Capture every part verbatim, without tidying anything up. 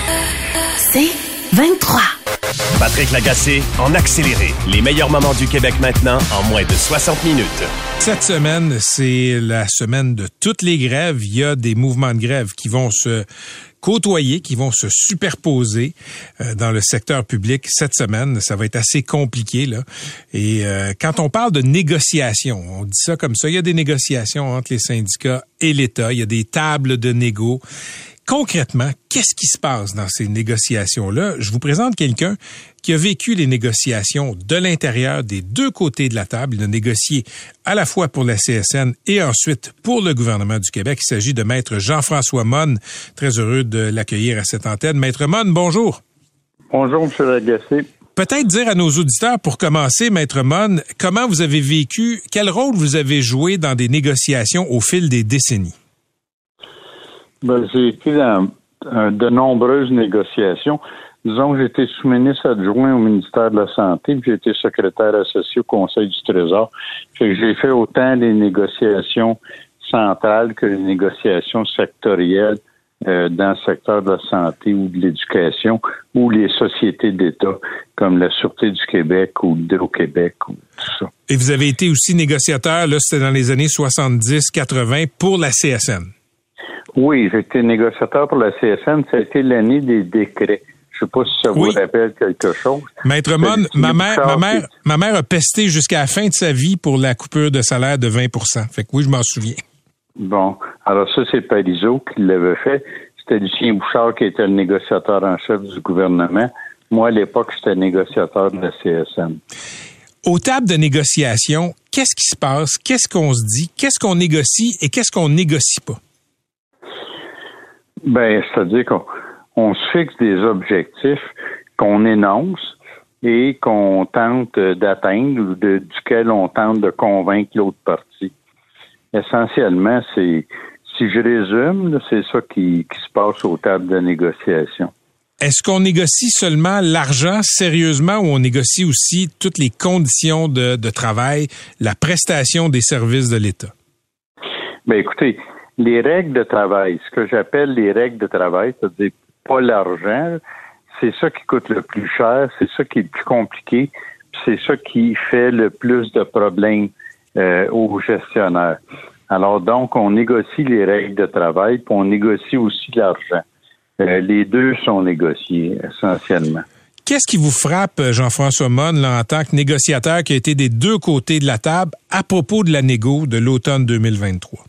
C'est vingt-trois. Patrick Lagacé en accéléré. Les meilleurs moments du Québec maintenant en moins de soixante minutes. Cette semaine, c'est la semaine de toutes les grèves. Il y a des mouvements de grève qui vont se côtoyer, qui vont se superposer euh, dans le secteur public cette semaine. Ça va être assez compliqué, là. Et euh, quand on parle de négociations, on dit ça comme ça, il y a des négociations entre les syndicats et l'État. Il y a des tables de négo. Concrètement, qu'est-ce qui se passe dans ces négociations-là? Je vous présente quelqu'un qui a vécu les négociations de l'intérieur des deux côtés de la table. Il a négocié à la fois pour la C S N et ensuite pour le gouvernement du Québec. Il s'agit de Maître Jean-François Monne. Très heureux de l'accueillir à cette antenne. Maître Monne, bonjour. Bonjour, M. Lagacé. Peut-être dire à nos auditeurs, pour commencer, Maître Monne, comment vous avez vécu, quel rôle vous avez joué dans des négociations au fil des décennies? Ben, j'ai été dans euh, de nombreuses négociations. Disons que j'étais sous-ministre adjoint au ministère de la Santé, puis j'ai été secrétaire associé au Conseil du Trésor. Fait que j'ai fait autant les négociations centrales que les négociations sectorielles euh, dans le secteur de la santé ou de l'éducation ou les sociétés d'État comme la Sûreté du Québec ou l'Hydro-Québec ou tout ça. Et vous avez été aussi négociateur, là, c'était dans les années soixante-dix quatre-vingt pour la C S N. Oui, j'ai été négociateur pour la C S N. Ça a été l'année des décrets. Je sais pas si ça vous oui. rappelle quelque chose. Maître Monne, ma mère, ma mère, ma mère a pesté jusqu'à la fin de sa vie pour la coupure de salaire de vingt pour cent. Fait que oui, je m'en souviens. Bon. Alors ça, c'est Parizeau qui l'avait fait. C'était Lucien Bouchard qui était le négociateur en chef du gouvernement. Moi, à l'époque, j'étais négociateur de la C S N. Aux tables de négociation, qu'est-ce qui se passe? Qu'est-ce qu'on se dit? Qu'est-ce qu'on négocie et qu'est-ce qu'on négocie pas? Ben, c'est-à-dire qu'on on se fixe des objectifs qu'on énonce et qu'on tente d'atteindre ou de, duquel on tente de convaincre l'autre partie. Essentiellement, c'est, si je résume, là, c'est ça qui, qui se passe aux tables de négociation. Est-ce qu'on négocie seulement l'argent sérieusement ou on négocie aussi toutes les conditions de, de travail, la prestation des services de l'État? Ben, écoutez, les règles de travail, ce que j'appelle les règles de travail, c'est-à-dire pas l'argent, c'est ça qui coûte le plus cher, c'est ça qui est le plus compliqué, puis c'est ça qui fait le plus de problèmes euh, aux gestionnaires. Alors donc, on négocie les règles de travail, puis on négocie aussi l'argent. Euh, les deux sont négociés essentiellement. Qu'est-ce qui vous frappe, Jean-François Monne, là, en tant que négociateur qui a été des deux côtés de la table à propos de la négo de l'automne deux mille vingt-trois?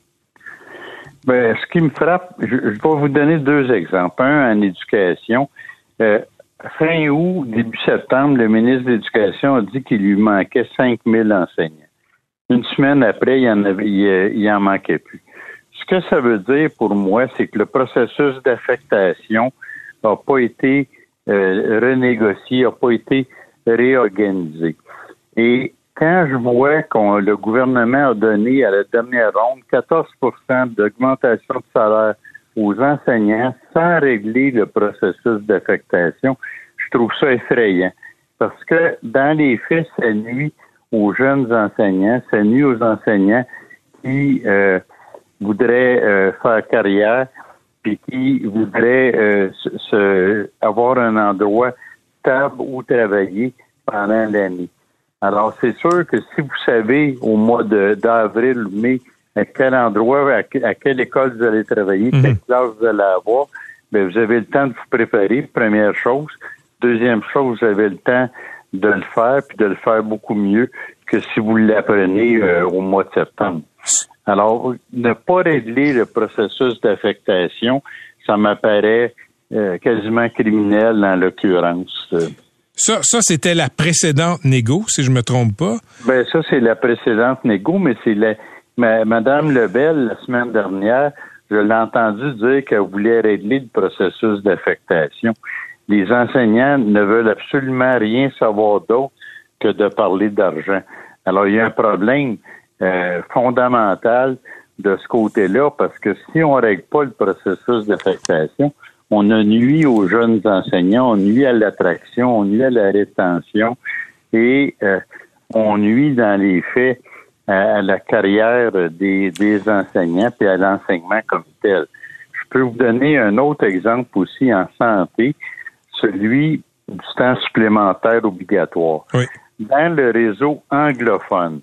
Ben, ce qui me frappe, je, je vais vous donner deux exemples. Un en éducation. Euh, fin août, début septembre, le ministre de l'Éducation a dit qu'il lui manquait cinq mille enseignants. Une semaine après, il y en avait, il, il en manquait plus. Ce que ça veut dire pour moi, c'est que le processus d'affectation n'a pas été euh, renégocié, n'a pas été réorganisé. Et quand je vois que le gouvernement a donné à la dernière ronde quatorze pour cent d'augmentation de salaire aux enseignants sans régler le processus d'affectation, je trouve ça effrayant. Parce que dans les faits, ça nuit aux jeunes enseignants, ça nuit aux enseignants qui euh, voudraient euh, faire carrière puis qui voudraient euh, se, se, avoir un endroit stable où travailler pendant l'année. Alors, c'est sûr que si vous savez au mois de, d'avril ou mai à quel endroit, à, à quelle école vous allez travailler, mm-hmm. quelle classe vous allez avoir, bien, vous avez le temps de vous préparer, première chose. Deuxième chose, vous avez le temps de le faire, puis de le faire beaucoup mieux que si vous l'apprenez euh, au mois de septembre. Alors, ne pas régler le processus d'affectation, ça m'apparaît euh, quasiment criminel dans l'occurrence. Euh. Ça, ça, c'était la précédente négo, si je me trompe pas. Ben, ça, c'est la précédente négo, mais c'est la, ma, Madame Lebel, la semaine dernière, je l'ai entendu dire qu'elle voulait régler le processus d'affectation. Les enseignants ne veulent absolument rien savoir d'autre que de parler d'argent. Alors, il y a un problème euh, fondamental de ce côté-là, parce que si on ne règle pas le processus d'affectation, on a nuit aux jeunes enseignants, on nuit à l'attraction, on nuit à la rétention et euh, on nuit dans les faits à, à la carrière des, des enseignants et à l'enseignement comme tel. Je peux vous donner un autre exemple aussi en santé, celui du temps supplémentaire obligatoire. Oui. Dans le réseau anglophone,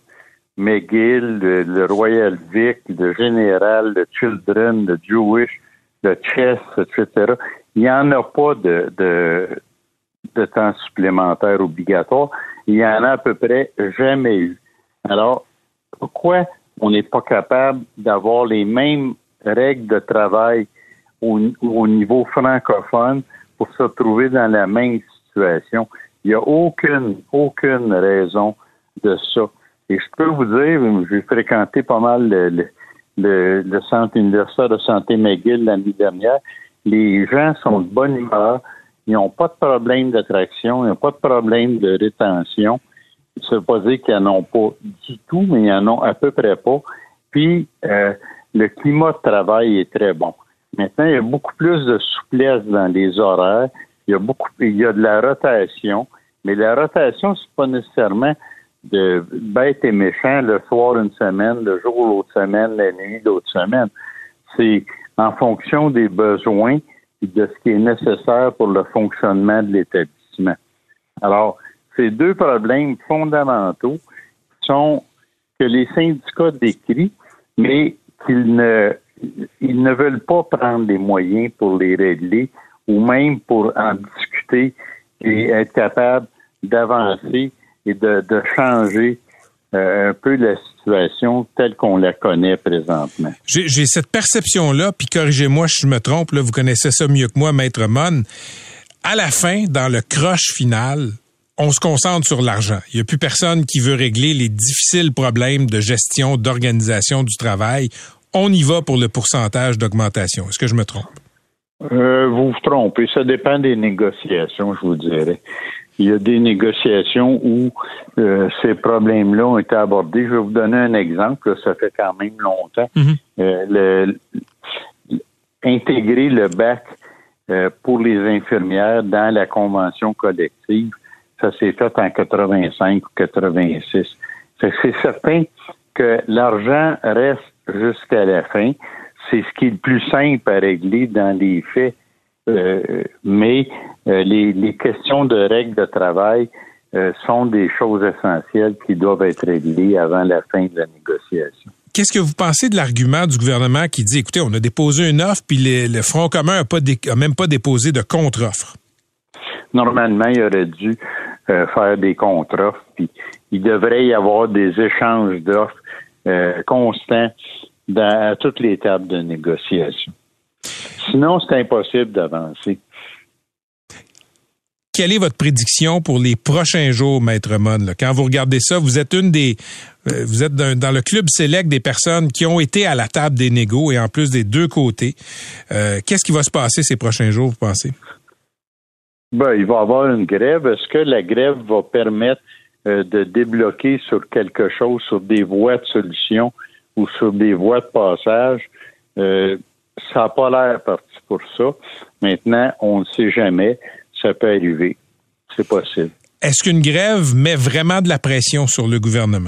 McGill, le, le Royal Vic, le Général, le Children, le Jewish, le Chess, et cetera, il n'y en a pas de, de, de temps supplémentaire obligatoire. Il y en a à peu près jamais eu. Alors, pourquoi on n'est pas capable d'avoir les mêmes règles de travail au, au niveau francophone pour se retrouver dans la même situation? Il n'y a aucune, aucune raison de ça. Et je peux vous dire, j'ai fréquenté pas mal le, le, le, le centre universitaire de santé McGill l'année dernière. Les gens sont de bonne humeur. Ils n'ont pas de problème d'attraction. Ils n'ont pas de problème de rétention. Ça ne veut pas dire qu'ils n'en ont pas du tout, mais ils n'en ont à peu près pas. Puis, euh, le climat de travail est très bon. Maintenant, il y a beaucoup plus de souplesse dans les horaires. Il y a beaucoup, il y a de la rotation. Mais la rotation, c'est pas nécessairement de bête et méchant, le soir une semaine, le jour l'autre semaine, la nuit l'autre semaine. C'est en fonction des besoins et de ce qui est nécessaire pour le fonctionnement de l'établissement. Alors, ces deux problèmes fondamentaux sont que les syndicats décrivent, mais qu'ils ne, ils ne veulent pas prendre les moyens pour les régler ou même pour en discuter et être capable d'avancer et de, de changer euh, un peu la situation telle qu'on la connaît présentement. J'ai, j'ai cette perception-là, puis corrigez-moi si je me trompe, là, vous connaissez ça mieux que moi, Maître Mon. À la fin, dans le croche final, on se concentre sur l'argent. Il n'y a plus personne qui veut régler les difficiles problèmes de gestion, d'organisation du travail. On y va pour le pourcentage d'augmentation. Est-ce que je me trompe? Euh, vous vous trompez. Ça dépend des négociations, je vous dirais. Il y a des négociations où euh, ces problèmes-là ont été abordés. Je vais vous donner un exemple. Là, ça fait quand même longtemps. Mm-hmm. Euh, le, le, intégrer le bac euh, pour les infirmières dans la convention collective, ça s'est fait en quatre-vingt-cinq ou quatre-vingt-six. Fait que c'est certain que l'argent reste jusqu'à la fin. C'est ce qui est le plus simple à régler dans les faits. Euh, mais euh, les, les questions de règles de travail euh, sont des choses essentielles qui doivent être réglées avant la fin de la négociation. Qu'est-ce que vous pensez de l'argument du gouvernement qui dit, écoutez, on a déposé une offre, puis les, le Front commun n'a pas dé, a même pas déposé de contre-offre? Normalement, il aurait dû euh, faire des contre-offres, puis il devrait y avoir des échanges d'offres euh, constants dans, à toutes les tables de négociation. Sinon, c'est impossible d'avancer. Quelle est votre prédiction pour les prochains jours, Maître Mon? Là? Quand vous regardez ça, vous êtes une des, euh, vous êtes dans, dans le club sélect des personnes qui ont été à la table des négos et en plus des deux côtés. Euh, qu'est-ce qui va se passer ces prochains jours, vous pensez? Ben, il va y avoir une grève. Est-ce que la grève va permettre euh, de débloquer sur quelque chose, sur des voies de solution ou sur des voies de passage? Euh, ça n'a pas l'air parti pour ça. Maintenant, on ne sait jamais. Ça peut arriver. C'est possible. Est-ce qu'une grève met vraiment de la pression sur le gouvernement?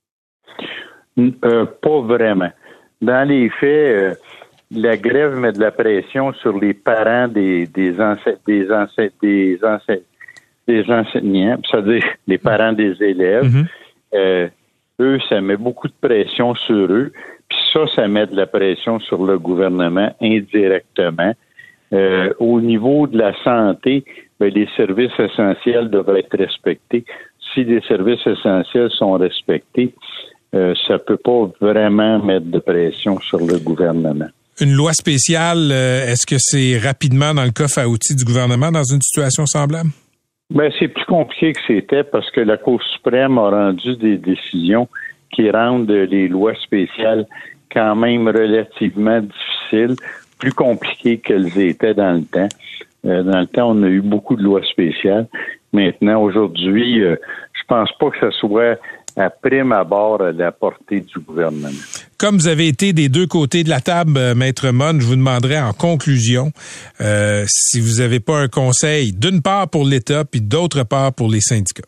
Euh, pas vraiment. Dans les faits, euh, la grève met de la pression sur les parents des, des, ense- des, ense- des, ense- des enseignants, c'est-à-dire les parents des élèves. Mm-hmm. Euh, eux, ça met beaucoup de pression sur eux. Puis ça, ça met de la pression sur le gouvernement indirectement. Euh, au niveau de la santé, ben, les services essentiels devraient être respectés. Si les services essentiels sont respectés, euh, ça peut pas vraiment mettre de pression sur le gouvernement. Une loi spéciale, euh, est-ce que c'est rapidement dans le coffre à outils du gouvernement dans une situation semblable? Ben, c'est plus compliqué que c'était parce que la Cour suprême a rendu des décisions qui rendent les lois spéciales quand même relativement difficiles, plus compliquées qu'elles étaient dans le temps. Euh, dans le temps, on a eu beaucoup de lois spéciales. Maintenant, aujourd'hui, euh, je pense pas que ce soit à prime abord à la portée du gouvernement. Comme vous avez été des deux côtés de la table, euh, Maître Mon, je vous demanderais en conclusion euh, si vous n'avez pas un conseil, d'une part pour l'État, puis d'autre part pour les syndicats.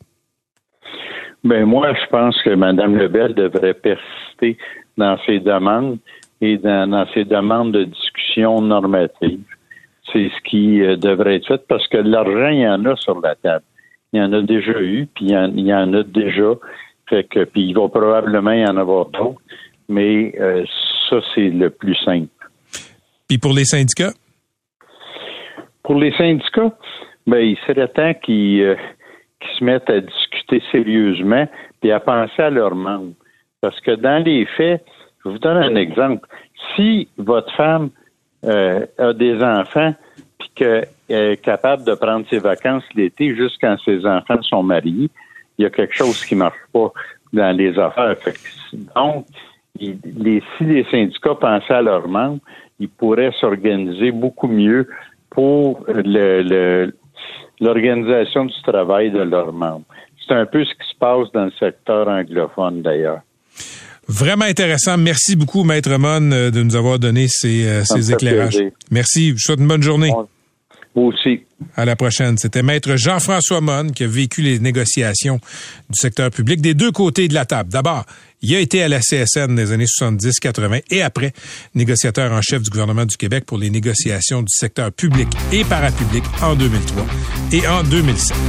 Ben moi, je pense que Mme Lebel devrait persister dans ses demandes, et dans, dans ses demandes de discussion normative. C'est ce qui euh, devrait être fait parce que l'argent, il y en a sur la table. Il y en a déjà eu, puis il y en, il y en a déjà. Fait que, puis il va probablement y en avoir d'autres. Mais euh, ça, c'est le plus simple. Puis pour les syndicats? Pour les syndicats, ben il serait temps qu'ils, euh, qu'ils se mettent à discuter sérieusement puis à penser à leurs membres. Parce que dans les faits, je vous donne un exemple. Si votre femme euh, a des enfants puis qu'elle est capable de prendre ses vacances l'été juste quand ses enfants sont mariés, il y a quelque chose qui marche pas dans les affaires. Fait que, donc, il, les, si les syndicats pensaient à leurs membres, ils pourraient s'organiser beaucoup mieux pour le, le, l'organisation du travail de leurs membres. C'est un peu ce qui se passe dans le secteur anglophone, d'ailleurs. Vraiment intéressant. Merci beaucoup, Maître Mon, de nous avoir donné ces, euh, ces éclairages. Plaisir. Merci. Je vous souhaite une bonne journée. Vous aussi. À la prochaine. C'était Maître Jean-François Mon qui a vécu les négociations du secteur public des deux côtés de la table. D'abord, il a été à la C S N des années soixante-dix quatre-vingt et après, négociateur en chef du gouvernement du Québec pour les négociations du secteur public et parapublic en deux mille trois et en deux mille sept.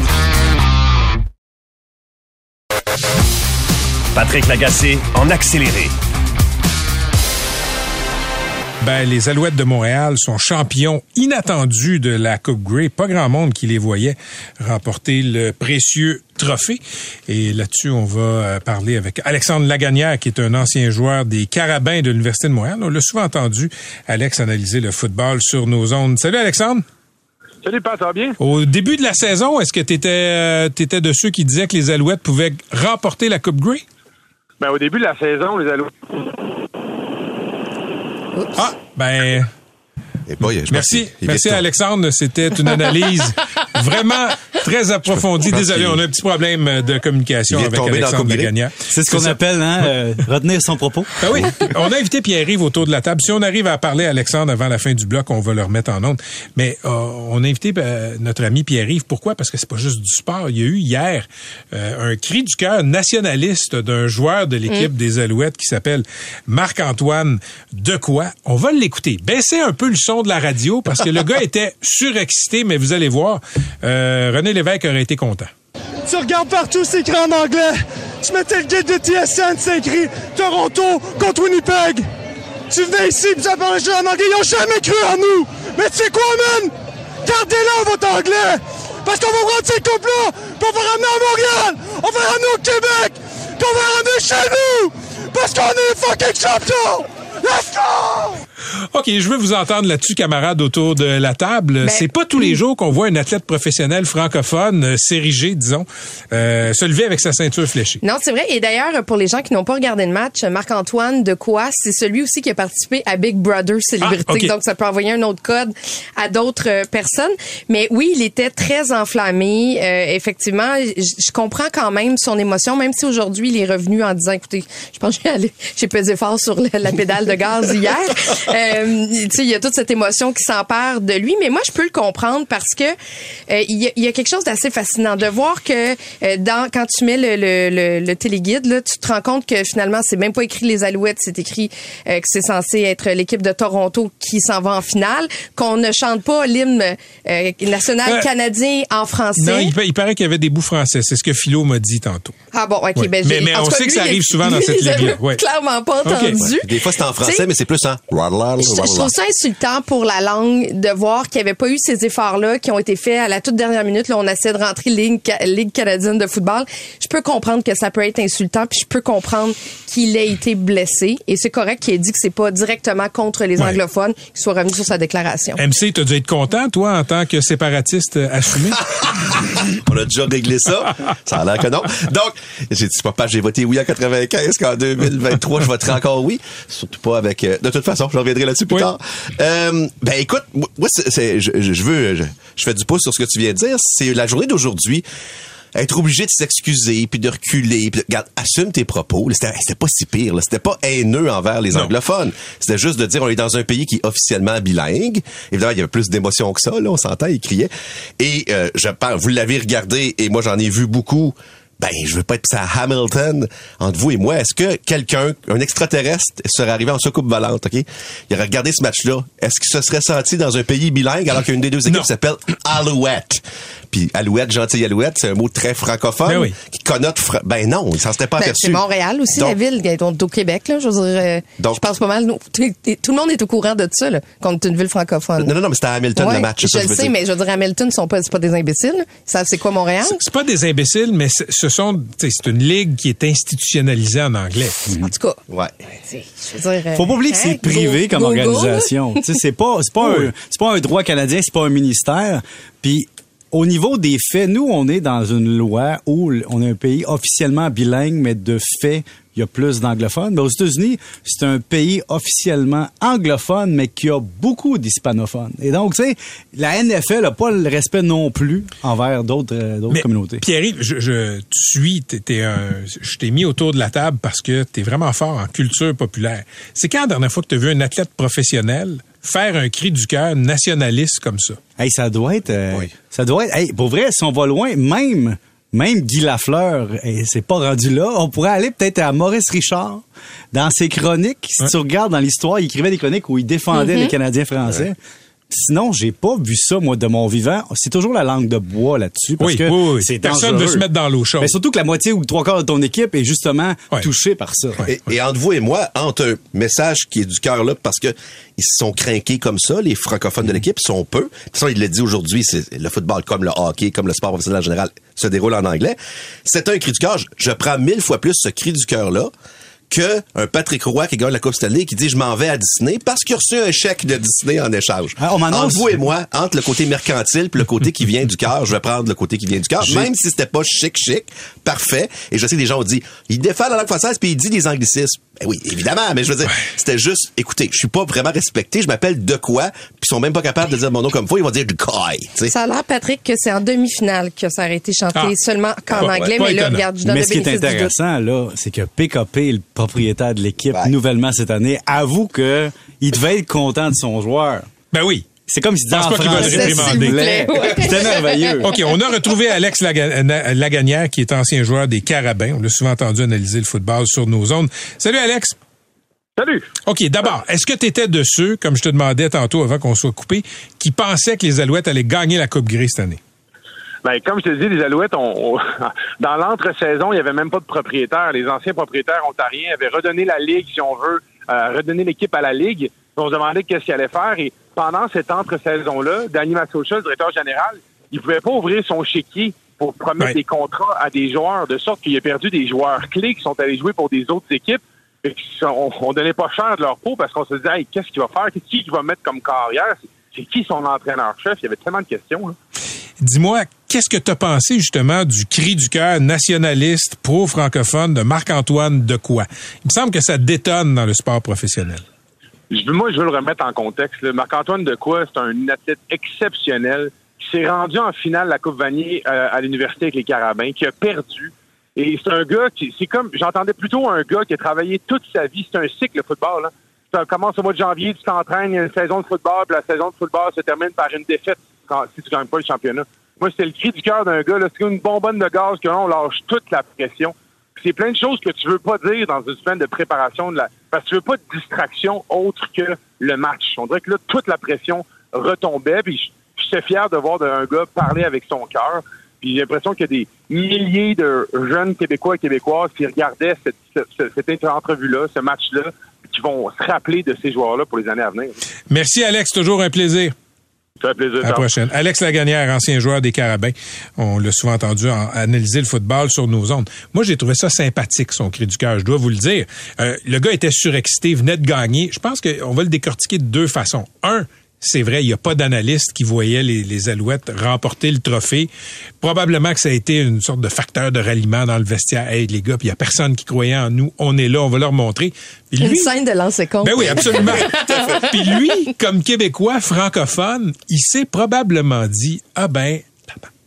Patrick Lagacé en accéléré. Ben, les Alouettes de Montréal sont champions inattendus de la Coupe Grey. Pas grand monde qui les voyait remporter le précieux trophée. Et là-dessus, on va parler avec Alexandre Lagagnière, qui est un ancien joueur des Carabins de l'Université de Montréal. On l'a souvent entendu, Alex, analyser le football sur nos ondes. Salut, Alexandre. Salut, Pat, ça va bien? Au début de la saison, est-ce que tu étais euh, t'étais de ceux qui disaient que les Alouettes pouvaient remporter la Coupe Grey? Ben, au début de la saison, les Alouettes... Oups. Ah, ben... Et boy, je merci, merci à Alexandre. C'était une analyse vraiment très approfondie. Désolé, on a un petit problème de communication avec Alexandre Lagagnière. C'est ce qu'on appelle hein, euh, retenir son propos. Ben oui, on a invité Pierre-Yves autour de la table. Si on arrive à parler à Alexandre avant la fin du bloc, on va le remettre en onde. Mais euh, on a invité euh, notre ami Pierre-Yves. Pourquoi? Parce que c'est pas juste du sport. Il y a eu hier euh, un cri du cœur nationaliste d'un joueur de l'équipe mmh. des Alouettes qui s'appelle Marc-Antoine Decoy. On va l'écouter. Baissez un peu le son de la radio parce que le gars était surexcité, mais vous allez voir, euh, René Lévesque aurait été content. Tu regardes partout, c'est écrit en anglais. Tu mettais le guide de T S N, c'est écrit Toronto contre Winnipeg. Tu venais ici, puis ça parlait juste en anglais. Ils ont jamais cru en nous. Mais tu sais quoi, man? Gardez-le, votre anglais. Parce qu'on va prendre cette coupe-là, puis on va ramener à Montréal. On va ramener au Québec. Puis on va ramener chez nous. Parce qu'on est fucking champions. Let's go! OK, je veux vous entendre là-dessus, camarades, autour de la table. Ben, c'est pas tous les jours qu'on voit un athlète professionnel francophone, euh, s'ériger, disons, euh, se lever avec sa ceinture fléchée. Non, c'est vrai. Et d'ailleurs, pour les gens qui n'ont pas regardé le match, Marc-Antoine Decoy, c'est celui aussi qui a participé à Big Brother Célébrité. Ah, okay. Donc, ça peut envoyer un autre code à d'autres euh, personnes. Mais oui, il était très enflammé. Euh, effectivement, je comprends quand même son émotion, même si aujourd'hui, il est revenu en disant, écoutez, je pense que j'ai, allé, j'ai pesé fort sur la, la pédale de gaz hier. Euh, tu sais, il y a toute cette émotion qui s'empare de lui, mais moi je peux le comprendre parce que euh, il y, a, y a quelque chose d'assez fascinant de voir que euh, dans quand tu mets le, le, le, le téléguide là, tu te rends compte que finalement c'est même pas écrit les Alouettes, c'est écrit euh, que c'est censé être l'équipe de Toronto qui s'en va en finale, qu'on ne chante pas l'hymne euh, national euh, canadien en français. Non, il, il paraît qu'il y avait des bouts français, c'est ce que Philo m'a dit tantôt. Ah bon, ok, ouais. ben mais, mais on sait lui, que ça arrive souvent lui, dans cette ligue-là. Ouais. Clairement pas entendu. Okay. Ouais. Des fois c'est en français, t'sais, mais c'est plus en. Je, je trouve ça insultant pour la langue de voir qu'il n'y avait pas eu ces efforts-là qui ont été faits à la toute dernière minute. Là, on essaie de rentrer Ligue, Ligue canadienne de football. Je peux comprendre que ça peut être insultant, puis je peux comprendre qu'il ait été blessé. Et c'est correct qu'il ait dit que c'est pas directement contre les ouais. anglophones qu'il soit revenu sur sa déclaration. M C, t'as dû être content, toi, en tant que séparatiste assumé? On a déjà réglé ça. Ça a l'air que non. Donc, j'ai dit, papa, j'ai voté oui en quatre-vingt-quinze, qu'en deux mille vingt-trois, je voterai encore oui. Surtout pas avec... Euh, de toute façon, je reviendrai là-dessus plus oui. tard. Euh, ben écoute, moi, c'est, c'est, je, je veux... Je, je fais du pouce sur ce que tu viens de dire. C'est la journée d'aujourd'hui. Être obligé de s'excuser, puis de reculer, puis regarde, assume tes propos. C'était, c'était pas si pire, là. C'était pas haineux envers les non. anglophones. C'était juste de dire, on est dans un pays qui est officiellement bilingue. Évidemment, il y avait plus d'émotions que ça, là, on s'entend, il criait. Et euh, je pense, vous l'avez regardé, et moi j'en ai vu beaucoup, Ben, je veux pas être à Hamilton. Entre vous et moi, est-ce que quelqu'un, un extraterrestre, serait arrivé en soucoupe volante, OK? Il aurait regardé ce match-là. Est-ce qu'il se serait senti dans un pays bilingue alors qu'une des deux équipes non. s'appelle Alouette? Puis Alouette, gentille Alouette, c'est un mot très francophone ben oui. qui connote... Fra... Ben non, il s'en serait pas ben, aperçu. C'est Montréal aussi, donc, la ville, est au Québec, là. Je veux dire, euh, donc, je pense pas mal... Tout, tout le monde est au courant de ça, là, contre une ville francophone. Non, non, non, mais c'était à Hamilton, ouais, le match. Je, ça, je le sais, dire. mais je veux dire, Hamilton, sont pas, c'est pas des imbéciles. Ça, c'est quoi Montréal? C'est, c'est pas des imbéciles, mais ce sont... C'est une ligue qui est institutionnalisée en anglais. En tout cas. Ouais. Je veux dire, faut pas oublier que c'est privé go, comme go, organisation. Tu sais, c'est pas, c'est pas oui. un, c'est pas un droit canadien, c'est pas un ministère. Puis, au niveau des faits, nous, on est dans une loi où on est un pays officiellement bilingue, mais de fait, il y a plus d'anglophones. Mais aux États-Unis, c'est un pays officiellement anglophone, mais qui a beaucoup d'hispanophones. Et donc, tu sais, la N F L n'a pas le respect non plus envers d'autres, euh, d'autres mais, communautés. Pierre-Yves, je, je tu suis, t'es, t'es un, je t'ai mis autour de la table parce que t'es vraiment fort en culture populaire. C'est quand la dernière fois que tu as vu un athlète professionnel faire un cri du cœur nationaliste comme ça? Hey, ça doit être... Euh, oui. Ça doit être... Hey, pour vrai, si on va loin, même... Même Guy Lafleur, et c'est pas rendu là, on pourrait aller peut-être à Maurice Richard dans ses chroniques. Si ouais. tu regardes dans l'histoire, il écrivait des chroniques où il défendait mm-hmm. les Canadiens français. Ouais. Sinon, j'ai pas vu ça, moi, de mon vivant. C'est toujours la langue de bois là-dessus. Parce oui, que oui, oui. c'est Personne dangereux. veut se mettre dans l'eau chaude. Mais surtout que la moitié ou trois quarts de ton équipe est justement ouais. touchée par ça. Ouais. Et, et entre vous et moi, entre un message qui est du cœur là, parce que ils se sont crinqués comme ça, les francophones mmh. de l'équipe sont peu. De toute façon, il l'a dit aujourd'hui, c'est le football comme le hockey, comme le sport professionnel en général, se déroule en anglais. C'est un cri du cœur. Je prends mille fois plus ce cri du cœur-là que un Patrick Roy qui gagne la Coupe Stanley et qui dit je m'en vais à Disney parce qu'il a reçu un chèque de Disney en échange. Ah, on entre vous et moi, entre le côté mercantile puis le côté qui vient du cœur, je vais prendre le côté qui vient du cœur, même si c'était pas chic chic, parfait. Et je sais que des gens ont dit il défend la langue française puis il dit des anglicismes. Ben oui, évidemment, mais je veux dire, c'était juste, écoutez, je suis pas vraiment respecté, je m'appelle de quoi, puis ils sont même pas capables de dire mon nom comme faut, ils vont dire du Kai. Ça a l'air, Patrick, que c'est en demi-finale que ça aurait été chanté ah. seulement qu'en ah, anglais, ouais, mais là, étonnant. regarde, je donne mais le ce qui est intéressant, là, c'est que P K P, le propriétaire de l'équipe, ouais. nouvellement cette année, avoue que il devait être content de son joueur. Ben oui. C'est comme si dans pas qu'il va le réprimander. C'était merveilleux. OK, on a retrouvé Alex Laganière, qui est ancien joueur des Carabins. On l'a souvent entendu analyser le football sur nos ondes. Salut, Alex. Salut. OK, d'abord, est-ce que tu étais de ceux, comme je te demandais tantôt avant qu'on soit coupé, qui pensaient que les Alouettes allaient gagner la Coupe Grey cette année? Ben, comme je te dis, les Alouettes, on, on, dans l'entre-saison, il n'y avait même pas de propriétaire. Les anciens propriétaires ontariens avaient redonné la Ligue, si on veut, euh, redonné l'équipe à la Ligue. On se demandait qu'est-ce qu'il allait faire. Et pendant cette entre-saison-là, Danny Massocha, le directeur général, il ne pouvait pas ouvrir son chéquier pour promettre ouais. des contrats à des joueurs, de sorte qu'il a perdu des joueurs clés qui sont allés jouer pour des autres équipes. Et on, on donnait pas cher de leur peau parce qu'on se disait hey, qu'est-ce qu'il va faire? Qui qu'il va mettre comme carrière? C'est, c'est qui son entraîneur-chef? Il y avait tellement de questions. Là. Dis-moi, qu'est-ce que tu as pensé justement du cri du cœur nationaliste pro-francophone de Marc-Antoine Dequoy? Il me semble que ça détonne dans le sport professionnel. Je, moi, je veux le remettre en contexte. Là. Marc-Antoine Dequoy, c'est un athlète exceptionnel qui s'est rendu en finale de la Coupe Vanier euh, à l'université avec les Carabins, qui a perdu. Et c'est un gars qui, c'est comme, j'entendais plutôt un gars qui a travaillé toute sa vie. C'est un cycle, le football. Là. Ça commence au mois de janvier, tu t'entraînes, il y a une saison de football, puis la saison de football se termine par une défaite quand, si tu gagnes pas le championnat. Moi, c'était le cri du cœur d'un gars. Là. C'est une bonbonne de gaz que là, on lâche toute la pression. Puis c'est plein de choses que tu veux pas dire dans une semaine de préparation de la, parce que tu veux pas de distraction autre que le match. On dirait que là, toute la pression retombait. Puis j'étais fier de voir un gars parler avec son cœur. Puis j'ai l'impression qu'il y a des milliers de jeunes Québécois et Québécoises qui regardaient cette, cette, cette entrevue-là, ce match-là, qui vont se rappeler de ces joueurs-là pour les années à venir. Merci, Alex. Toujours un plaisir. Ça fait plaisir. À la prochaine. Alex Laganière, ancien joueur des Carabins. On l'a souvent entendu en, analyser le football sur nos ondes. Moi, j'ai trouvé ça sympathique, son cri du cœur. Je dois vous le dire. Euh, le gars était surexcité, venait de gagner. Je pense qu'on va le décortiquer de deux façons. Un, c'est vrai, il n'y a pas d'analyste qui voyait les, les Alouettes remporter le trophée. Probablement que ça a été une sorte de facteur de ralliement dans le vestiaire. Hey, les gars, puis il n'y a personne qui croyait en nous. On est là, on va leur montrer. Puis lui, une scène de lancer compte. Ben oui, absolument. Puis lui, comme Québécois francophone, il s'est probablement dit, ah ben,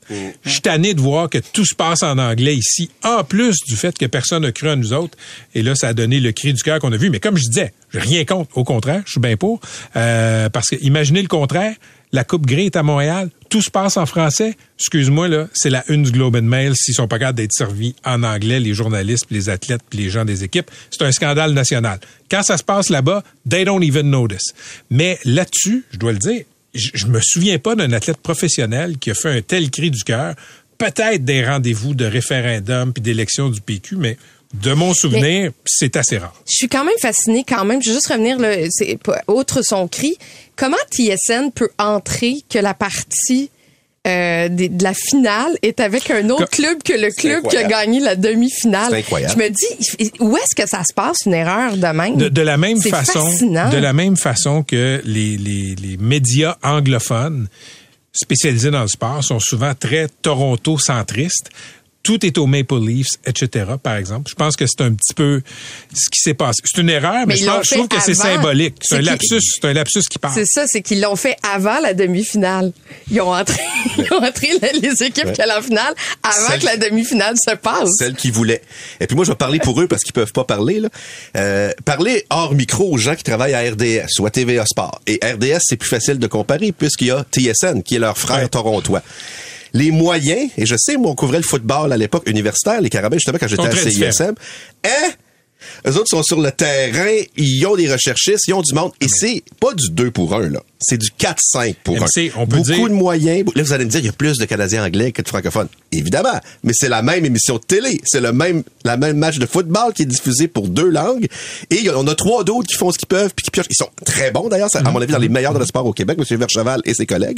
Mmh. Je suis tanné de voir que tout se passe en anglais ici, en plus du fait que personne n'a cru à nous autres. Et là, ça a donné le cri du cœur qu'on a vu. Mais comme je disais, j'ai rien contre. Au contraire, je suis bien pour. Euh, parce que imaginez le contraire. La Coupe Grey est à Montréal. Tout se passe en français. Excuse-moi, là, c'est la une du Globe and Mail s'ils sont pas capables d'être servis en anglais, les journalistes, puis les athlètes, puis les gens des équipes. C'est un scandale national. Quand ça se passe là-bas, they don't even notice. Mais là-dessus, je dois le dire, je, je me souviens pas d'un athlète professionnel qui a fait un tel cri du cœur. Peut-être des rendez-vous de référendum puis d'élection du P Q, mais de mon souvenir, mais c'est assez rare. Je suis quand même fascinée quand même. Je vais juste revenir, là, c'est, outre son cri, comment T S N peut entrer que la partie euh, de, de la finale est avec un autre Comme, club que le club qui a gagné la demi-finale? C'est incroyable. Je me dis, où est-ce que ça se passe, une erreur de même? De, de la même c'est façon, fascinant. De la même façon que les, les, les médias anglophones spécialisés dans le sport sont souvent très Toronto-centristes. Tout est aux Maple Leafs, et cetera, par exemple. Je pense que c'est un petit peu ce qui s'est passé. C'est une erreur, mais, mais je, pense, je trouve que avant. C'est symbolique. C'est, c'est un lapsus, c'est un lapsus qui parle. C'est ça, c'est qu'ils l'ont fait avant la demi-finale. Ils ont entré, ils ont entré les équipes ouais. qui allaient en finale avant Celle, que la demi-finale se passe. Celle qui voulait. Et puis moi, je vais parler pour eux parce qu'ils peuvent pas parler, là. Euh, parler hors micro aux gens qui travaillent à R D S ou à T V A Sport. Et R D S, c'est plus facile de comparer puisqu'il y a T S N, qui est leur frère ouais. torontois. Les moyens, et je sais, moi, on couvrait le football à l'époque universitaire, les Carabins, justement, quand j'étais à C I S M. Hein? Eux autres sont sur le terrain, ils ont des recherchistes, ils ont du monde, et c'est pas du deux pour un, là. C'est du quatre cinq pour un. On peut Beaucoup dire... de moyens. Là, vous allez me dire, il y a plus de Canadiens anglais que de francophones. Évidemment. Mais c'est la même émission de télé. C'est le même, la même match de football qui est diffusé pour deux langues. Et on a trois d'autres qui font ce qu'ils peuvent, puis qui piochent. Ils sont très bons, d'ailleurs, à mon avis, dans les meilleurs de le sport au Québec, M. Vercheval et ses collègues.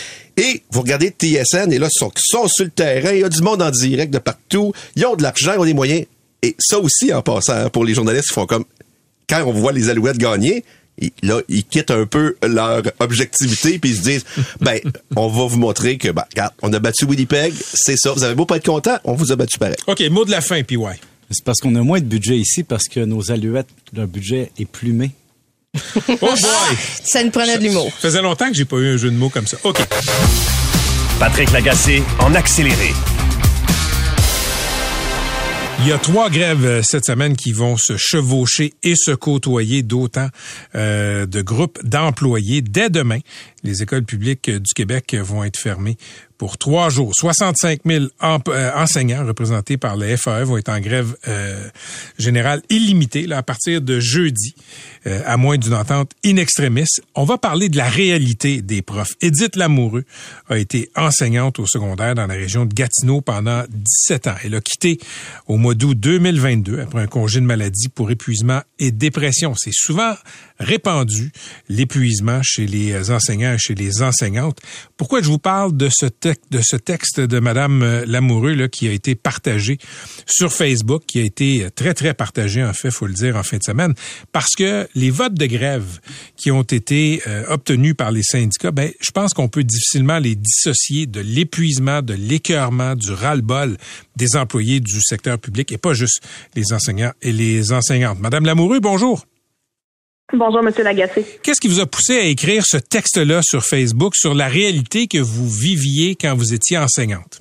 Et vous regardez T S N, et là, ils sont, sont sur le terrain, il y a du monde en direct de partout, ils ont de l'argent, ils ont des moyens. Et ça aussi, en passant, pour les journalistes, ils font comme, quand on voit les Alouettes gagner, et là, ils quittent un peu leur objectivité, puis ils se disent, ben, on va vous montrer que, ben, regarde, on a battu Winnipeg, c'est ça, vous avez beau pas être content, on vous a battu pareil. OK, mot de la fin, P Y. C'est parce qu'on a moins de budget ici, parce que nos Alouettes, leur budget est plumé. Oh boy! Ça nous prenait de l'humour. Ça faisait longtemps que j'ai pas eu un jeu de mots comme ça. OK. Patrick Lagacé en accéléré. Il y a trois grèves cette semaine qui vont se chevaucher et se côtoyer, d'autant euh, de groupes d'employés. Dès demain, les écoles publiques du Québec vont être fermées pour trois jours. soixante-cinq mille en, euh, enseignants représentés par le F A E vont être en grève euh, générale illimitée là, à partir de jeudi, euh, à moins d'une entente in extremis. On va parler de la réalité des profs. Édith Lamoureux a été enseignante au secondaire dans la région de Gatineau pendant dix-sept ans. Elle a quitté au mois d'août deux mille vingt-deux après un congé de maladie pour épuisement et dépression. C'est souvent répandu, l'épuisement chez les enseignants et chez les enseignantes. Pourquoi je vous parle de ce, te- de ce texte de Mme Lamoureux là, qui a été partagé sur Facebook, qui a été très, très partagé, en fait, faut le dire, en fin de semaine, parce que les votes de grève qui ont été euh, obtenus par les syndicats, ben, je pense qu'on peut difficilement les dissocier de l'épuisement, de l'écœurement, du ras-le-bol des employés du secteur public et pas juste les enseignants et les enseignantes. Madame Lamoureux, bonjour. Bonjour, M. Lagacé. Qu'est-ce qui vous a poussé à écrire ce texte-là sur Facebook sur la réalité que vous viviez quand vous étiez enseignante?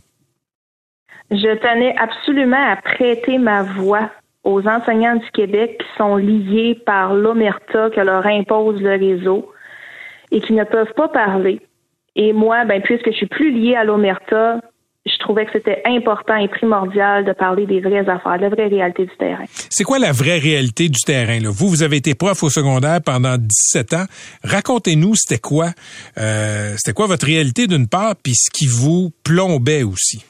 Je tenais absolument à prêter ma voix aux enseignants du Québec qui sont liés par l'omerta que leur impose le réseau et qui ne peuvent pas parler. Et moi, ben puisque je suis plus liée à l'omerta, je trouvais que c'était important et primordial de parler des vraies affaires, de la vraie réalité du terrain. C'est quoi la vraie réalité du terrain, là? Vous, vous avez été prof au secondaire pendant dix-sept ans. Racontez-nous, c'était quoi, euh, c'était quoi votre réalité d'une part, puis ce qui vous plombait aussi?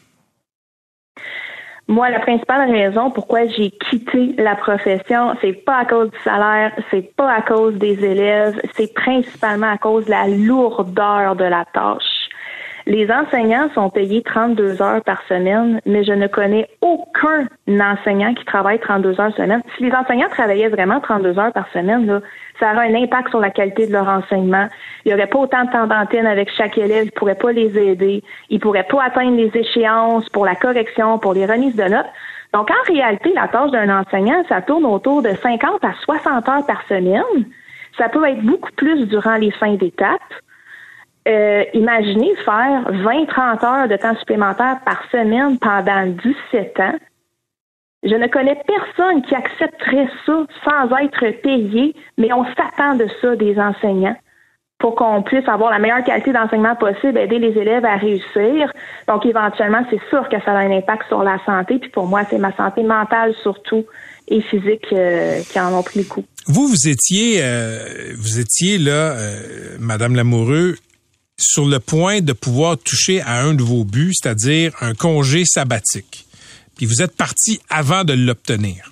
Moi, la principale raison pourquoi j'ai quitté la profession, c'est pas à cause du salaire, c'est pas à cause des élèves, c'est principalement à cause de la lourdeur de la tâche. Les enseignants sont payés trente-deux heures par semaine, mais je ne connais aucun enseignant qui travaille trente-deux heures semaine. Si les enseignants travaillaient vraiment trente-deux heures par semaine, là, ça aurait un impact sur la qualité de leur enseignement. Il n'y aurait pas autant de temps d'antenne avec chaque élève, ils ne pourraient pas les aider, ils ne pourraient pas atteindre les échéances pour la correction, pour les remises de notes. Donc, en réalité, la tâche d'un enseignant, ça tourne autour de cinquante à soixante heures par semaine. Ça peut être beaucoup plus durant les fins d'étape. Euh, imaginez faire vingt à trente heures de temps supplémentaire par semaine pendant dix-sept ans. Je ne connais personne qui accepterait ça sans être payé, mais on s'attend de ça des enseignants pour qu'on puisse avoir la meilleure qualité d'enseignement possible, aider les élèves à réussir. Donc, éventuellement, c'est sûr que ça a un impact sur la santé. Puis pour moi, c'est ma santé mentale surtout et physique euh, qui en ont pris le coup. Vous, vous étiez, euh, vous étiez là, euh, Madame Lamoureux, sur le point de pouvoir toucher à un de vos buts, c'est-à-dire un congé sabbatique. Puis vous êtes parti avant de l'obtenir.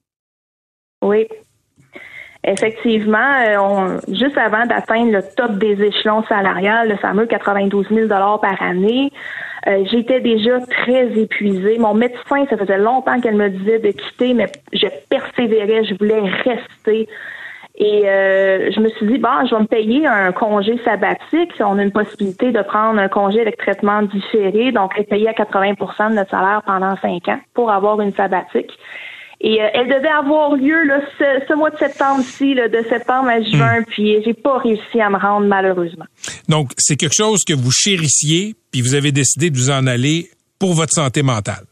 Oui. Effectivement, euh, on, juste avant d'atteindre le top des échelons salariales, le fameux quatre-vingt-douze mille dollars par année, euh, j'étais déjà très épuisée. Mon médecin, ça faisait longtemps qu'elle me disait de quitter, mais je persévérais, je voulais rester. Et euh, je me suis dit, bon, je vais me payer un congé sabbatique. On a une possibilité de prendre un congé avec traitement différé, donc être payé à quatre-vingts pour cent de notre salaire pendant cinq ans pour avoir une sabbatique. Et euh, elle devait avoir lieu là, ce, ce mois de septembre-ci, là, de septembre à juin, mmh. puis j'ai pas réussi à me rendre malheureusement. Donc, c'est quelque chose que vous chérissiez, puis vous avez décidé de vous en aller pour votre santé mentale.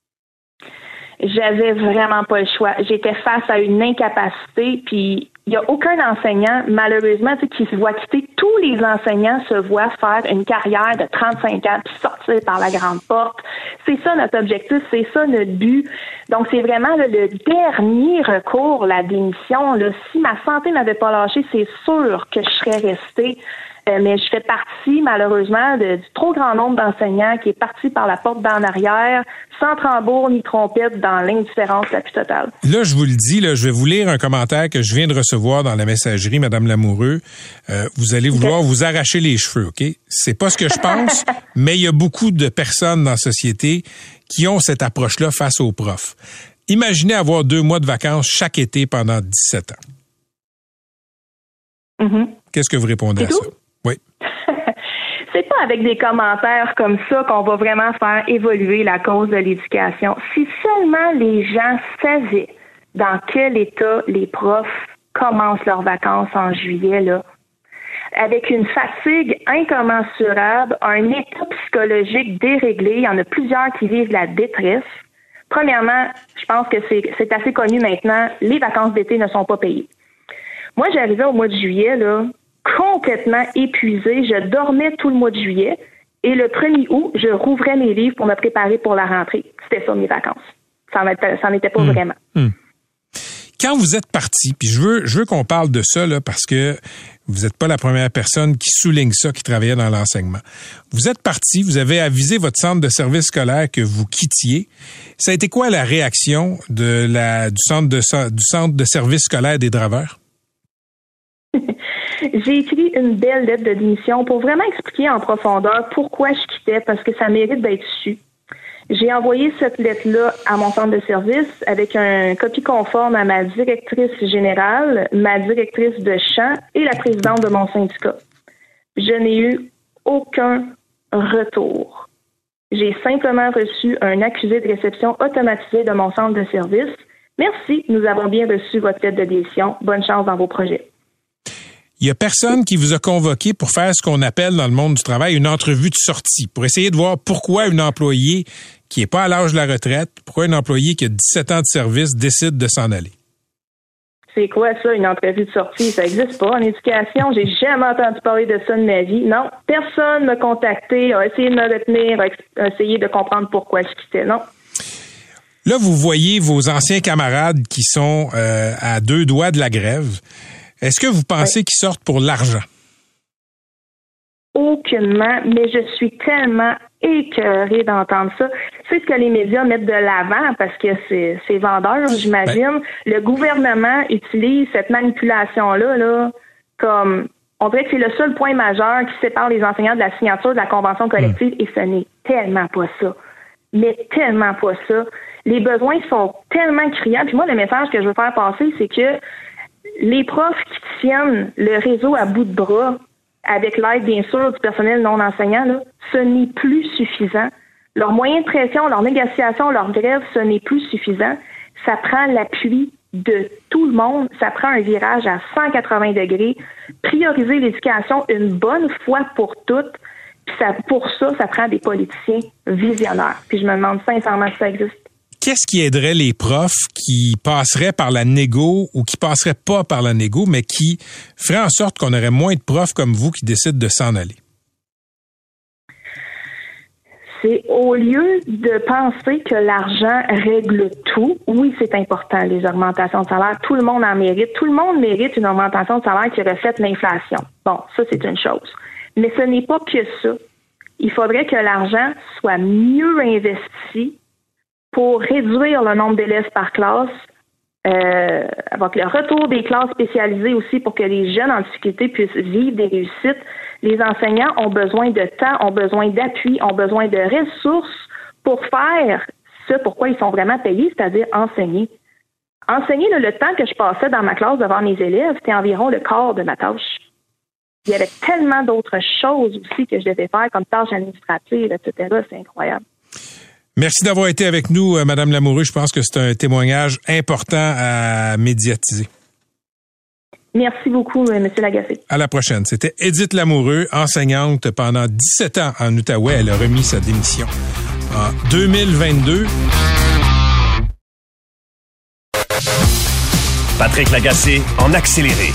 J'avais vraiment pas le choix. J'étais face à une incapacité, puis il n'y a aucun enseignant, malheureusement, qui se voit quitter. Tous les enseignants se voient faire une carrière de trente-cinq ans puis sortir par la grande porte. C'est ça notre objectif, c'est ça notre but. Donc, c'est vraiment là, le dernier recours, la démission. Là. Si ma santé n'avait pas lâché, c'est sûr que je serais restée. Euh, mais je fais partie, malheureusement, de, du trop grand nombre d'enseignants qui est parti par la porte d'en arrière, sans tambour ni trompette, dans l'indifférence la plus totale. Là, je vous le dis, là, je vais vous lire un commentaire que je viens de recevoir dans la messagerie, Madame Lamoureux. Euh, vous allez vouloir okay. vous arracher les cheveux, OK? C'est pas ce que je pense, mais il y a beaucoup de personnes dans la société qui ont cette approche-là face aux profs. Imaginez avoir deux mois de vacances chaque été pendant dix-sept ans. Mm-hmm. Qu'est-ce que vous répondez C'est à tout? ça? Oui. C'est pas avec des commentaires comme ça qu'on va vraiment faire évoluer la cause de l'éducation. Si seulement les gens savaient dans quel état les profs commencent leurs vacances en juillet, là, avec une fatigue incommensurable, un état psychologique déréglé, il y en a plusieurs qui vivent la détresse. Premièrement, je pense que c'est, c'est assez connu maintenant, les vacances d'été ne sont pas payées. Moi, j'arrivais au mois de juillet, là, complètement épuisée. Je dormais tout le mois de juillet et le premier août, je rouvrais mes livres pour me préparer pour la rentrée. C'était ça, mes vacances. Ça n'en était, ça n'était pas mmh. vraiment. Mmh. Quand vous êtes parti, puis je veux, je veux qu'on parle de ça là, parce que vous n'êtes pas la première personne qui souligne ça, qui travaillait dans l'enseignement. Vous êtes parti, vous avez avisé votre centre de service scolaire que vous quittiez. Ça a été quoi la réaction de la, du, centre de, du centre de service scolaire des Draveurs? J'ai écrit une belle lettre de démission pour vraiment expliquer en profondeur pourquoi je quittais, parce que ça mérite d'être su. J'ai envoyé cette lettre-là à mon centre de service avec un copie conforme à ma directrice générale, ma directrice de champ et la présidente de mon syndicat. Je n'ai eu aucun retour. J'ai simplement reçu un accusé de réception automatisé de mon centre de service. Merci, nous avons bien reçu votre lettre de démission. Bonne chance dans vos projets. Il n'y a personne qui vous a convoqué pour faire ce qu'on appelle dans le monde du travail une entrevue de sortie, pour essayer de voir pourquoi une employée qui n'est pas à l'âge de la retraite, pourquoi une employée qui a dix-sept ans de service décide de s'en aller. C'est quoi ça, une entrevue de sortie? Ça n'existe pas en éducation. J'ai jamais entendu parler de ça de ma vie. Non, personne m'a contacté, a essayé de me retenir, a essayé de comprendre pourquoi je quittais. Non. Là, vous voyez vos anciens camarades qui sont euh, à deux doigts de la grève. Est-ce que vous pensez oui. qu'ils sortent pour l'argent? Aucunement, mais je suis tellement écœurée d'entendre ça. C'est ce que les médias mettent de l'avant parce que c'est, c'est vendeur, j'imagine. Ben. Le gouvernement utilise cette manipulation-là là, comme... On dirait que c'est le seul point majeur qui sépare les enseignants de la signature de la convention collective mmh. et ce n'est tellement pas ça. Mais tellement pas ça. Les besoins sont tellement criants. Puis moi, le message que je veux faire passer, c'est que les profs qui tiennent le réseau à bout de bras, avec l'aide, bien sûr, du personnel non enseignant, là, ce n'est plus suffisant. Leurs moyens de pression, leur négociation, leur grève, ce n'est plus suffisant. Ça prend l'appui de tout le monde. Ça prend un virage à cent quatre-vingts degrés, prioriser l'éducation une bonne fois pour toutes. Puis ça, pour ça, ça prend des politiciens visionnaires. Puis je me demande sincèrement si ça existe. Qu'est-ce qui aiderait les profs qui passeraient par la négo ou qui passeraient pas par la négo, mais qui ferait en sorte qu'on aurait moins de profs comme vous qui décident de s'en aller? C'est au lieu de penser que l'argent règle tout, oui, c'est important, les augmentations de salaire. Tout le monde en mérite. Tout le monde mérite une augmentation de salaire qui reflète l'inflation. Bon, ça, c'est une chose. Mais ce n'est pas que ça. Il faudrait que l'argent soit mieux investi pour réduire le nombre d'élèves par classe, euh, avec le retour des classes spécialisées aussi pour que les jeunes en difficulté puissent vivre des réussites. Les enseignants ont besoin de temps, ont besoin d'appui, ont besoin de ressources pour faire ce pourquoi ils sont vraiment payés, c'est-à-dire enseigner. Enseigner, là, le temps que je passais dans ma classe devant mes élèves, c'était environ le quart de ma tâche. Il y avait tellement d'autres choses aussi que je devais faire, comme tâches administratives, et cetera. C'est incroyable. Merci d'avoir été avec nous, Madame Lamoureux. Je pense que c'est un témoignage important à médiatiser. Merci beaucoup, M. Lagacé. À la prochaine. C'était Édith Lamoureux, enseignante pendant dix-sept ans en Outaouais. Elle a remis sa démission en deux mille vingt-deux. Patrick Lagacé en accéléré.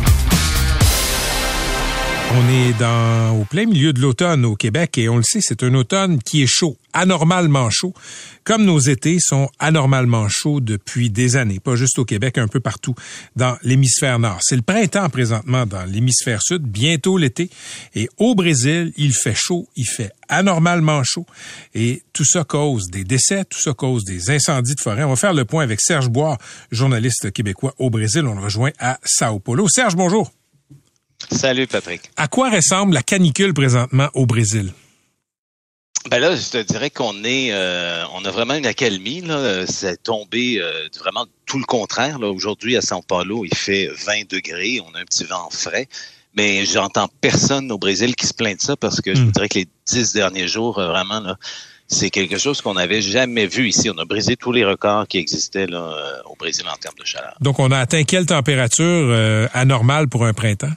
On est dans au plein milieu de l'automne au Québec et on le sait, c'est un automne qui est chaud, anormalement chaud, comme nos étés sont anormalement chauds depuis des années, pas juste au Québec, un peu partout dans l'hémisphère nord. C'est le printemps présentement dans l'hémisphère sud, bientôt l'été, et au Brésil, il fait chaud, il fait anormalement chaud, et tout ça cause des décès, tout ça cause des incendies de forêt. On va faire le point avec Serge Boire, journaliste québécois au Brésil. On le rejoint à Sao Paulo. Serge, bonjour. Salut, Patrick. À quoi ressemble la canicule présentement au Brésil? Ben là, je te dirais qu'on est, euh, on a vraiment une accalmie, là. C'est tombé euh, vraiment tout le contraire, là. Aujourd'hui, à São Paulo, il fait vingt degrés. On a un petit vent frais. Mais j'entends personne au Brésil qui se plaint de ça parce que mmh. je vous dirais que les dix derniers jours, euh, vraiment, là, c'est quelque chose qu'on n'avait jamais vu ici. On a brisé tous les records qui existaient là, euh, au Brésil en termes de chaleur. Donc, on a atteint quelle température euh, anormale pour un printemps?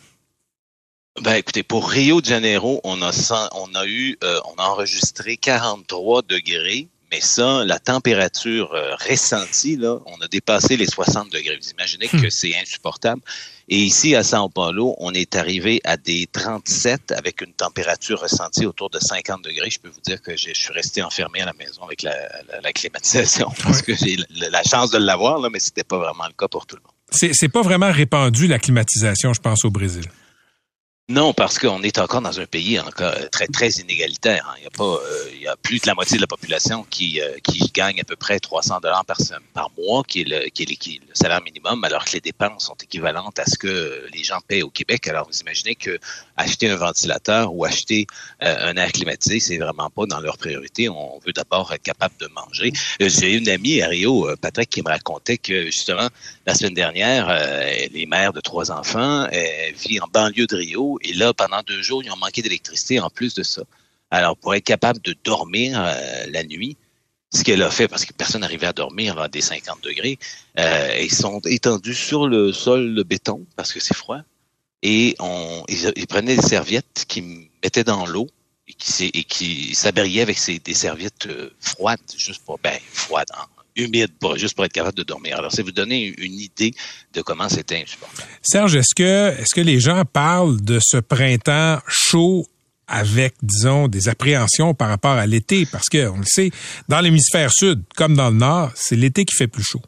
Ben, écoutez, pour Rio de Janeiro, on a, on a eu, euh, on a enregistré quarante-trois degrés, mais ça, la température euh, ressentie, là, on a dépassé les soixante degrés. Vous imaginez que c'est insupportable. Et ici, à São Paulo, on est arrivé à des trente-sept avec une température ressentie autour de cinquante degrés. Je peux vous dire que je suis resté enfermé à la maison avec la, la, la climatisation parce que j'ai la, la chance de l'avoir, là, mais c'était pas vraiment le cas pour tout le monde. C'est, c'est pas vraiment répandu, la climatisation, je pense, au Brésil. Non, parce qu'on est encore dans un pays encore très très inégalitaire. Hein. Il y a pas, euh, il y a plus de la moitié de la population qui euh, qui gagne à peu près trois cents dollars par par mois, qui est le qui est le, le salaire minimum, alors que les dépenses sont équivalentes à ce que les gens paient au Québec. Alors vous imaginez que acheter un ventilateur ou acheter euh, un air climatisé, c'est vraiment pas dans leur priorité. On veut d'abord être capable de manger. Euh, j'ai une amie à Rio, euh, Patrick, qui me racontait que justement la semaine dernière, euh, elle est mère de trois enfants, elle vit en banlieue de Rio. Et là, pendant deux jours, ils ont manqué d'électricité en plus de ça. Alors, pour être capable de dormir euh, la nuit, ce qu'elle a fait, parce que personne n'arrivait à dormir à des cinquante degrés, euh, ils sont étendus sur le sol de béton, parce que c'est froid, et on, ils, ils prenaient des serviettes qu'ils mettaient dans l'eau et qui, et qui s'abrillaient avec ces, des serviettes euh, froides, juste pour, ben, froides, hein. Humide, pas juste pour être capable de dormir. Alors, ça vous donner une idée de comment c'était insupportable. Serge, est-ce que, est-ce que les gens parlent de ce printemps chaud avec, disons, des appréhensions par rapport à l'été? Parce que, on le sait, dans l'hémisphère sud, comme dans le nord, c'est l'été qui fait plus chaud.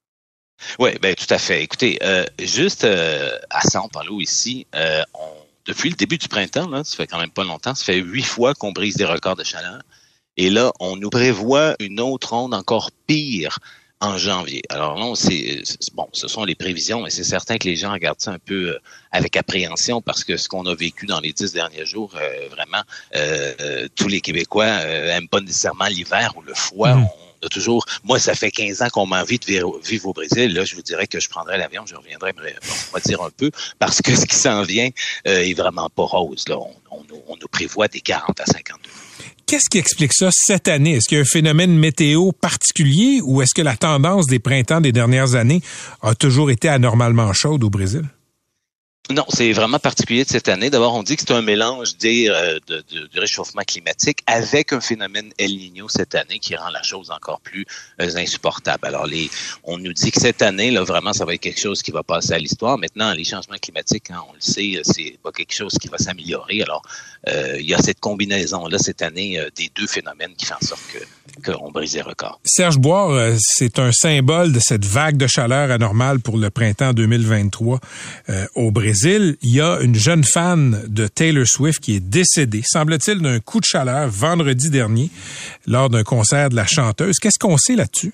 Oui, ben tout à fait. Écoutez, euh, juste euh, à São Paulo ici, euh, on, depuis le début du printemps, là, ça fait quand même pas longtemps, ça fait huit fois qu'on brise des records de chaleur. Et là, on nous prévoit une autre onde encore pire en janvier. Alors là, c'est, c'est bon, ce sont les prévisions, mais c'est certain que les gens regardent ça un peu euh, avec appréhension parce que ce qu'on a vécu dans les dix derniers jours, euh, vraiment, euh, euh, tous les Québécois euh, aiment pas nécessairement l'hiver ou le froid. Mmh. On a toujours, moi, ça fait quinze ans qu'on m'a envie de vivre, vivre au Brésil. Là, je vous dirais que je prendrais l'avion, je reviendrai, bon, on va dire un peu, parce que ce qui s'en vient euh, est vraiment pas rose. Là, on, on, on nous prévoit des quarante à cinquante degrés. Qu'est-ce qui explique ça cette année? Est-ce qu'il y a un phénomène météo particulier ou est-ce que la tendance des printemps des dernières années a toujours été anormalement chaude au Brésil? Non, c'est vraiment particulier de cette année. D'abord, on dit que c'est un mélange dire, euh, de, de, de réchauffement climatique avec un phénomène El Niño cette année qui rend la chose encore plus euh, insupportable. Alors, les, on nous dit que cette année, là, vraiment, ça va être quelque chose qui va passer à l'histoire. Maintenant, les changements climatiques, hein, on le sait, c'est pas quelque chose qui va s'améliorer. Alors, euh, il y a cette combinaison-là cette année euh, des deux phénomènes qui fait en sorte que qu'on brise les records. Serge Boire, euh, c'est un symbole de cette vague de chaleur anormale pour le printemps deux mille vingt-trois euh, au Brésil. Il y a une jeune fan de Taylor Swift qui est décédée, semble-t-il, d'un coup de chaleur vendredi dernier lors d'un concert de la chanteuse. Qu'est-ce qu'on sait là-dessus?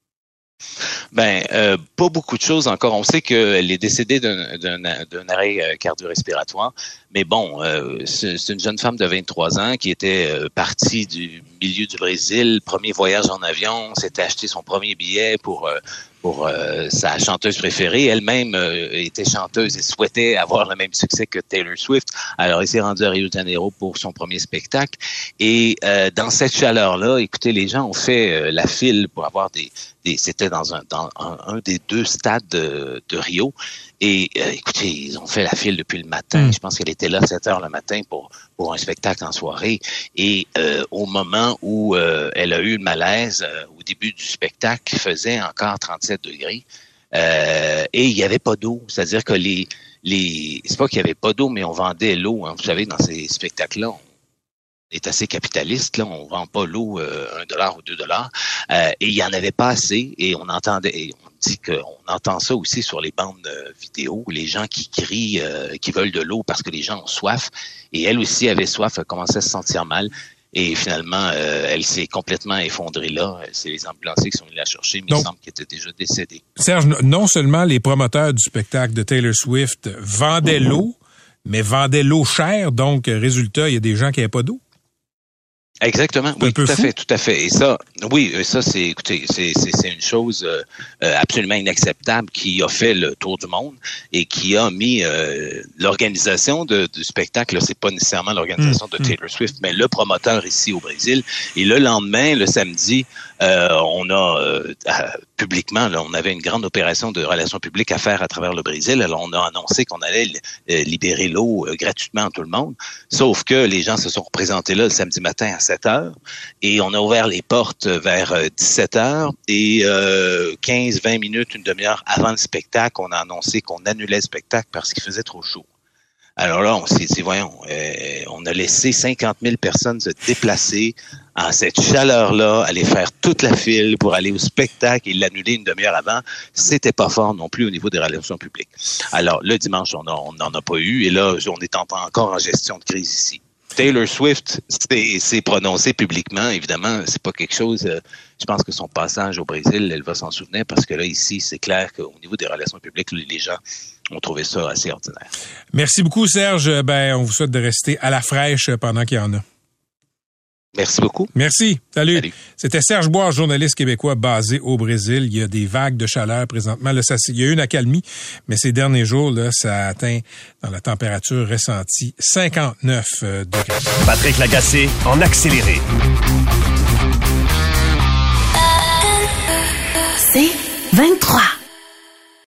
Ben, euh, pas beaucoup de choses encore. On sait qu'elle est décédée d'un, d'un, d'un arrêt cardio-respiratoire, mais bon, euh, c'est, c'est une jeune femme de vingt-trois ans qui était euh, partie du milieu du Brésil, premier voyage en avion, s'était acheté son premier billet pour euh, pour euh, sa chanteuse préférée. Elle-même euh, était chanteuse et souhaitait avoir le même succès que Taylor Swift. Alors, elle s'est rendue à Rio de Janeiro pour son premier spectacle. Et euh, dans cette chaleur-là, écoutez, les gens ont fait euh, la file pour avoir des... des c'était dans un dans un, un des deux stades de, de Rio. Et euh, écoutez, ils ont fait la file depuis le matin. Je pense qu'elle était là à sept heures le matin pour pour un spectacle en soirée. Et euh, au moment où euh, elle a eu le malaise, euh, au début du spectacle, il faisait encore trente-sept degrés. Euh, et il n'y avait pas d'eau. C'est-à-dire que les... les c'est pas qu'il n'y avait pas d'eau, mais on vendait l'eau. Hein. Vous savez, dans ces spectacles-là, on est assez capitaliste, là, on vend pas l'eau euh, un dollar ou deux dollars, euh, et il y en avait pas assez, et on entendait, et on dit qu'on entend ça aussi sur les bandes euh, vidéo, les gens qui crient, euh, qui veulent de l'eau parce que les gens ont soif, et elle aussi avait soif, elle commençait à se sentir mal, et finalement, euh, elle s'est complètement effondrée là. C'est les ambulanciers qui sont venus la chercher, mais Donc, il semble qu'elle était déjà décédée. Serge, non seulement les promoteurs du spectacle de Taylor Swift vendaient mm-hmm. l'eau, mais vendaient l'eau chère, donc résultat, il y a des gens qui n'avaient pas d'eau. Exactement, oui, tout à fait, tout à fait. Et ça, oui, ça, c'est, écoutez, c'est, c'est, c'est une chose euh, absolument inacceptable qui a fait le tour du monde et qui a mis euh, l'organisation de, du spectacle, là, c'est pas nécessairement l'organisation mmh, de Taylor Swift, mais le promoteur ici au Brésil. Et le lendemain, le samedi, euh, on a euh, publiquement, là, on avait une grande opération de relations publiques à faire à travers le Brésil. Alors, on a annoncé qu'on allait euh, libérer l'eau euh, gratuitement à tout le monde. Sauf que les gens se sont représentés là le samedi matin à sept heures et on a ouvert les portes vers dix-sept heures et euh, quinze vingt minutes, une demi-heure avant le spectacle, on a annoncé qu'on annulait le spectacle parce qu'il faisait trop chaud. Alors là, on s'est dit, voyons, euh, on a laissé cinquante mille personnes se déplacer en cette chaleur-là, aller faire toute la file pour aller au spectacle et l'annuler une demi-heure avant. C'était pas fort non plus au niveau des relations publiques. Alors, le dimanche, on n'en a pas eu et là, on est en, encore en gestion de crise ici. Taylor Swift s'est, s'est prononcé publiquement. Évidemment, c'est pas quelque chose... Euh, je pense que son passage au Brésil, elle va s'en souvenir parce que là, ici, c'est clair qu'au niveau des relations publiques, les gens ont trouvé ça assez ordinaire. Merci beaucoup, Serge. Ben, on vous souhaite de rester à la fraîche pendant qu'il y en a. Merci beaucoup. Merci. Salut. Salut. C'était Serge Boire, journaliste québécois basé au Brésil. Il y a des vagues de chaleur présentement. Là, ça, il y a eu une accalmie, mais ces derniers jours, là, ça a atteint, dans la température ressentie, cinquante-neuf degrés. Patrick Lagacé, en accéléré. C'est vingt-trois.